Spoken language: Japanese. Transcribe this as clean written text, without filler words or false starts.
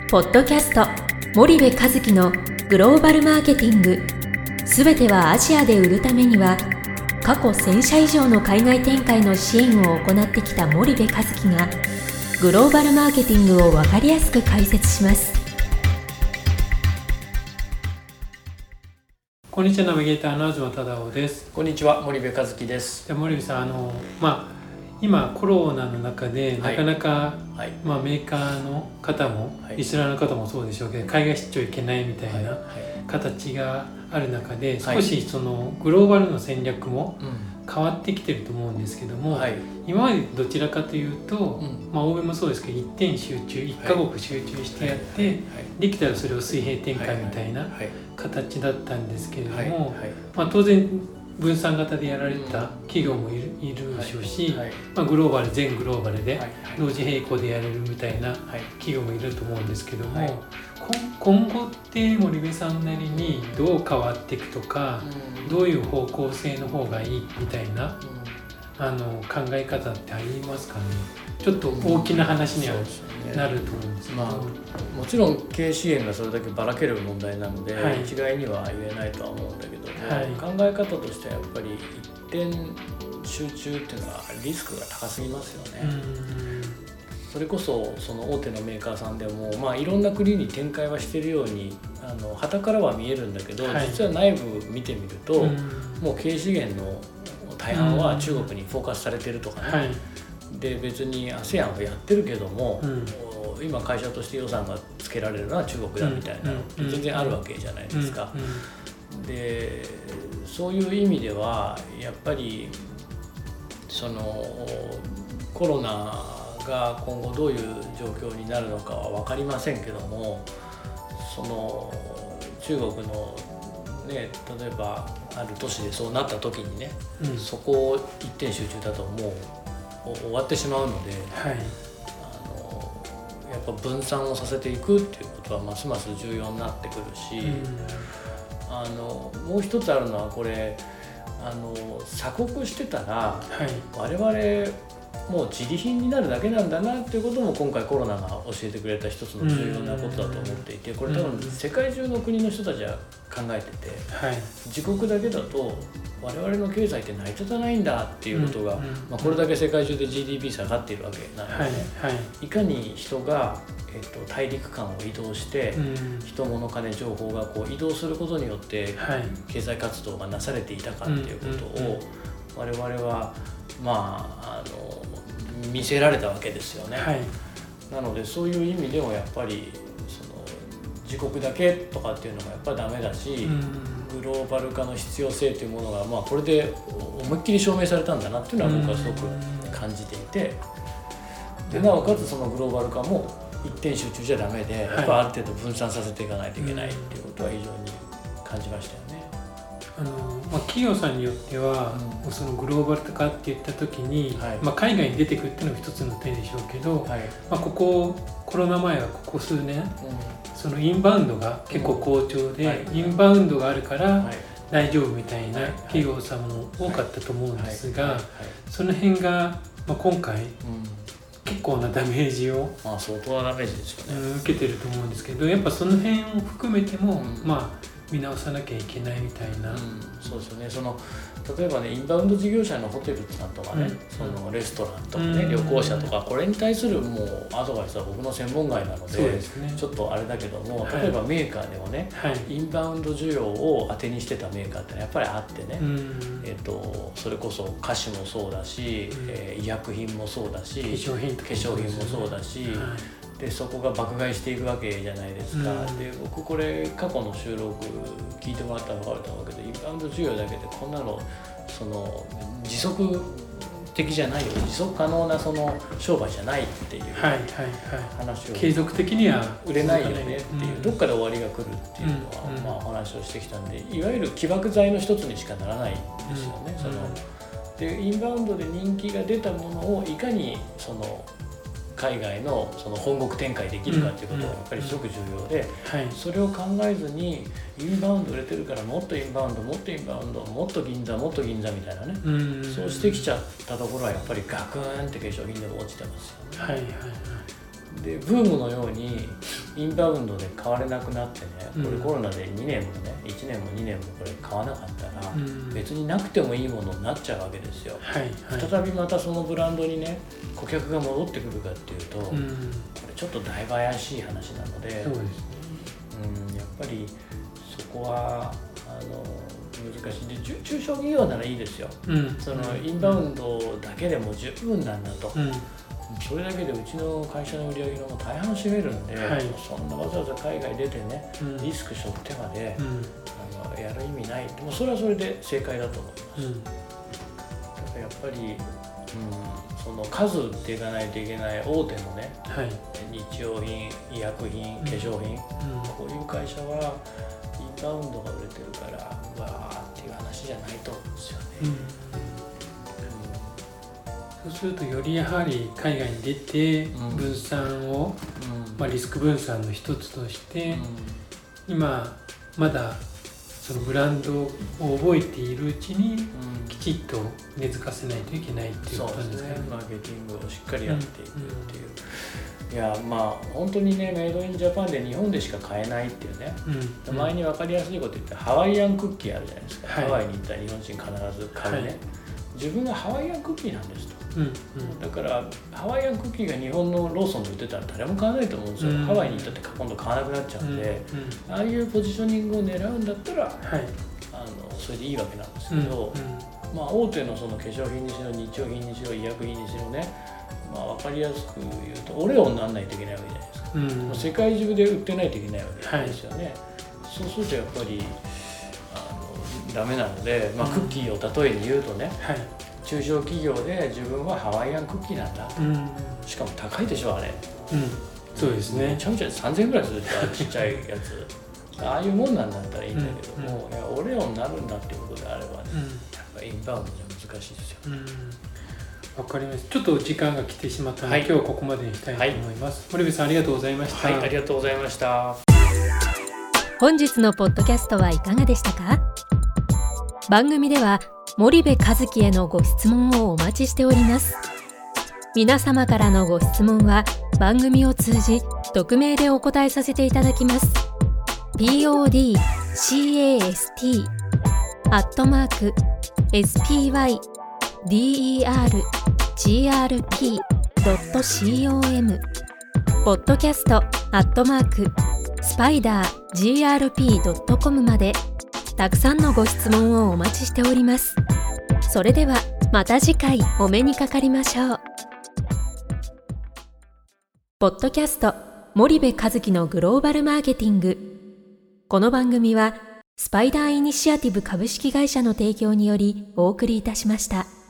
ポッドキャスト森部一樹のグローバルマーケティング、すべてはアジアで売るためには、過去1000社以上の海外展開の支援を行ってきた森部一樹がグローバルマーケティングを分かりやすく解説します。 こんにちは、ナビゲーターの東忠夫です。 こんにちは、森部一樹です。 じゃあ森部さん、今コロナの中でなかなか、メーカーの方も、リスナーの方もそうでしょうけど、海外出張行けないみたいな形がある中で、少しそのグローバルの戦略も変わってきてると思うんですけども、今までどちらかというと、欧米もそうですけど、一点集中、一カ国集中してやって、できたらそれを水平展開みたいな形だったんですけれども、当然分散型でやられた企業もいるでしょうし、グローバル、全グローバルで同時並行でやれるみたいな企業もいると思うんですけども、今後って森部さんなりにどう変わっていくとか、どういう方向性の方がいいみたいな考え方ってありますかね。ちょっと大きな話にはなると思うんですけど、 もちろん経営支援がそれだけばらける問題なので、一概には言えないとは思うんだけども、考え方としてはやっぱり一点集中っていうのはリスクが高すぎますよね。それこそその大手のメーカーさんでも、いろんな国に展開はしているように傍からは見えるんだけど、実は内部見てみると、もう経営資源の大半は中国にフォーカスされてるとかね、で別に ASEAN はやってるけども、今会社として予算がつけられるのは中国だみたいなのって全然あるわけじゃないですか。でそういう意味ではやっぱりそのコロナが今後どういう状況になるのかは分かりませんけども、その中国の例えばある都市でそうなった時にね、そこを一点集中だともう終わってしまうので、やっぱ分散をさせていくっていうことはますます重要になってくるし、もう一つあるのはこれ鎖国してたら、我々もう自利品になるだけなんだなっていうことも今回コロナが教えてくれた一つの重要なことだと思っていて、これ多分世界中の国の人たちは考えてて、自国だけだと我々の経済って成り立たないんだっていうことが、これだけ世界中で GDP 下がっているわけなので、いかに人が大陸間を移動して、人物金情報がこう移動することによって経済活動がなされていたかっていうことを我々は見せられたわけですよね。なのでそういう意味でもやっぱりその自国だけとかっていうのもやっぱりダメだし、グローバル化の必要性というものがこれで思いっきり証明されたんだなっていうのは僕はすごく感じていて、でなおかつそのグローバル化も一点集中じゃダメで、やっぱある程度分散させていかないといけないっていうことは非常に感じましたよね。 企業さんによっては、そのグローバル化って言った時に、海外に出てくるっていうのが一つの手でしょうけど、ここコロナ前はここ数年、そのインバウンドが結構好調で、インバウンドがあるから大丈夫みたいな企業さんも多かったと思うんですが、その辺が、今回、結構なダメージを、 相当なダメージですよね、 受けてると思うんですけど、やっぱその辺を含めても、見直さなきゃいけないみたいな、 そうですよね。例えばね、インバウンド事業者のホテルさんとかね、そのレストランとかね、旅行者とか、これに対するもうアドバイスは僕の専門外なので、ちょっとあれだけども、例えばメーカーでもね、インバウンド需要を当てにしてたメーカーってやっぱりあってね、それこそ菓子もそうだし、医薬品もそうだし、化粧品もそうだし、でそこが爆買いしていくわけじゃないですか。で僕これ過去の収録聞いてもらったら分かると思うけど、インバウンド需要だけでこんなのその持続的じゃないよ、持続可能なその商売じゃないっていう話を、 継続的には売れないよねっていう、どっかで終わりが来るっていうのはお話をしてきたんで、いわゆる起爆剤の一つにしかならないんですよね。でインバウンドで人気が出たものをいかにその海外のその本国展開できるかっていうことがやっぱりすごく重要で、それを考えずにインバウンド売れてるからもっとインバウンドもっとインバウンドもっと銀座もっと銀座みたいなね、そうしてきちゃったところはやっぱりガクーンって化粧品でも落ちてますよね。 でブームのようにインバウンドで買われなくなってね、これコロナで2年もね1年も2年もこれ買わなかったら、別になくてもいいものになっちゃうわけですよ、再びまたそのブランドにね顧客が戻ってくるかっていうと、これちょっとだいぶ怪しい話なので、 そうですね、 やっぱりそこは難しいで、中小企業ならいいですよ、そのインバウンドだけでも十分なんだと、それだけでうちの会社の売り上げの大半を占めるんで、そんなわざわざ海外出てね、リスク背負ってまで、やる意味ない、でもそれはそれで正解だと思います。だからやっぱり、その数売っていかないといけない大手のね、日用品、医薬品、化粧品、こういう会社はインバウンドが売れてるからわーっていう話じゃないと思うんですよね。 そうするとよりやはり海外に出て分散を、リスク分散の一つとして、今まだそのブランドを覚えているうちにきちっと根付かせないといけないっていうことなんですかね。 マーケティングをしっかりやっていくっていう、いや本当にね、メイドインジャパンで日本でしか買えないっていうね、前に分かりやすいこと言ってハワイアンクッキーあるじゃないですか、ハワイに行ったら日本人必ず買うね、自分がハワイアンクッキーなんですと、だからハワイアンクッキーが日本のローソンで売ってたら誰も買わないと思うんですよ、ハワイに行ったって今度買わなくなっちゃうんで、ああいうポジショニングを狙うんだったら、それでいいわけなんですけど、大手のその化粧品にしろ日用品にしろ医薬品にしろね、分かりやすく言うとオレオにならないといけないわけじゃないですか、世界中で売ってないといけないわけですよね、そうするとやっぱりダメなので、クッキーを例えに言うとね、中小企業で自分はハワイアンクッキーなんだ、しかも高いでしょあれ、 そうですね、 めちゃめちゃ3000円ぐらいするからちっちゃいやつああいうもんなんだったらいいんだけども、いやオレオになるんだっていうことであればね、やっぱインバウンドじゃ難しいですよ。 わかります。ちょっと時間が来てしまったので、今日はここまでにしたいと思います。森部さんありがとうございました。 ありがとうございました。 本日のポッドキャストはいかがでしたか？番組では森部一樹へのご質問をお待ちしております。皆様からのご質問は番組を通じ匿名でお答えさせていただきます。podcast@spydergrp.com podcast@spidergrp.com までたくさんのご質問をお待ちしております。それではまた次回お目にかかりましょう。ポッドキャスト森部一樹のグローバルマーケティング。この番組はスパイダーイニシアティブ株式会社の提供によりお送りいたしました。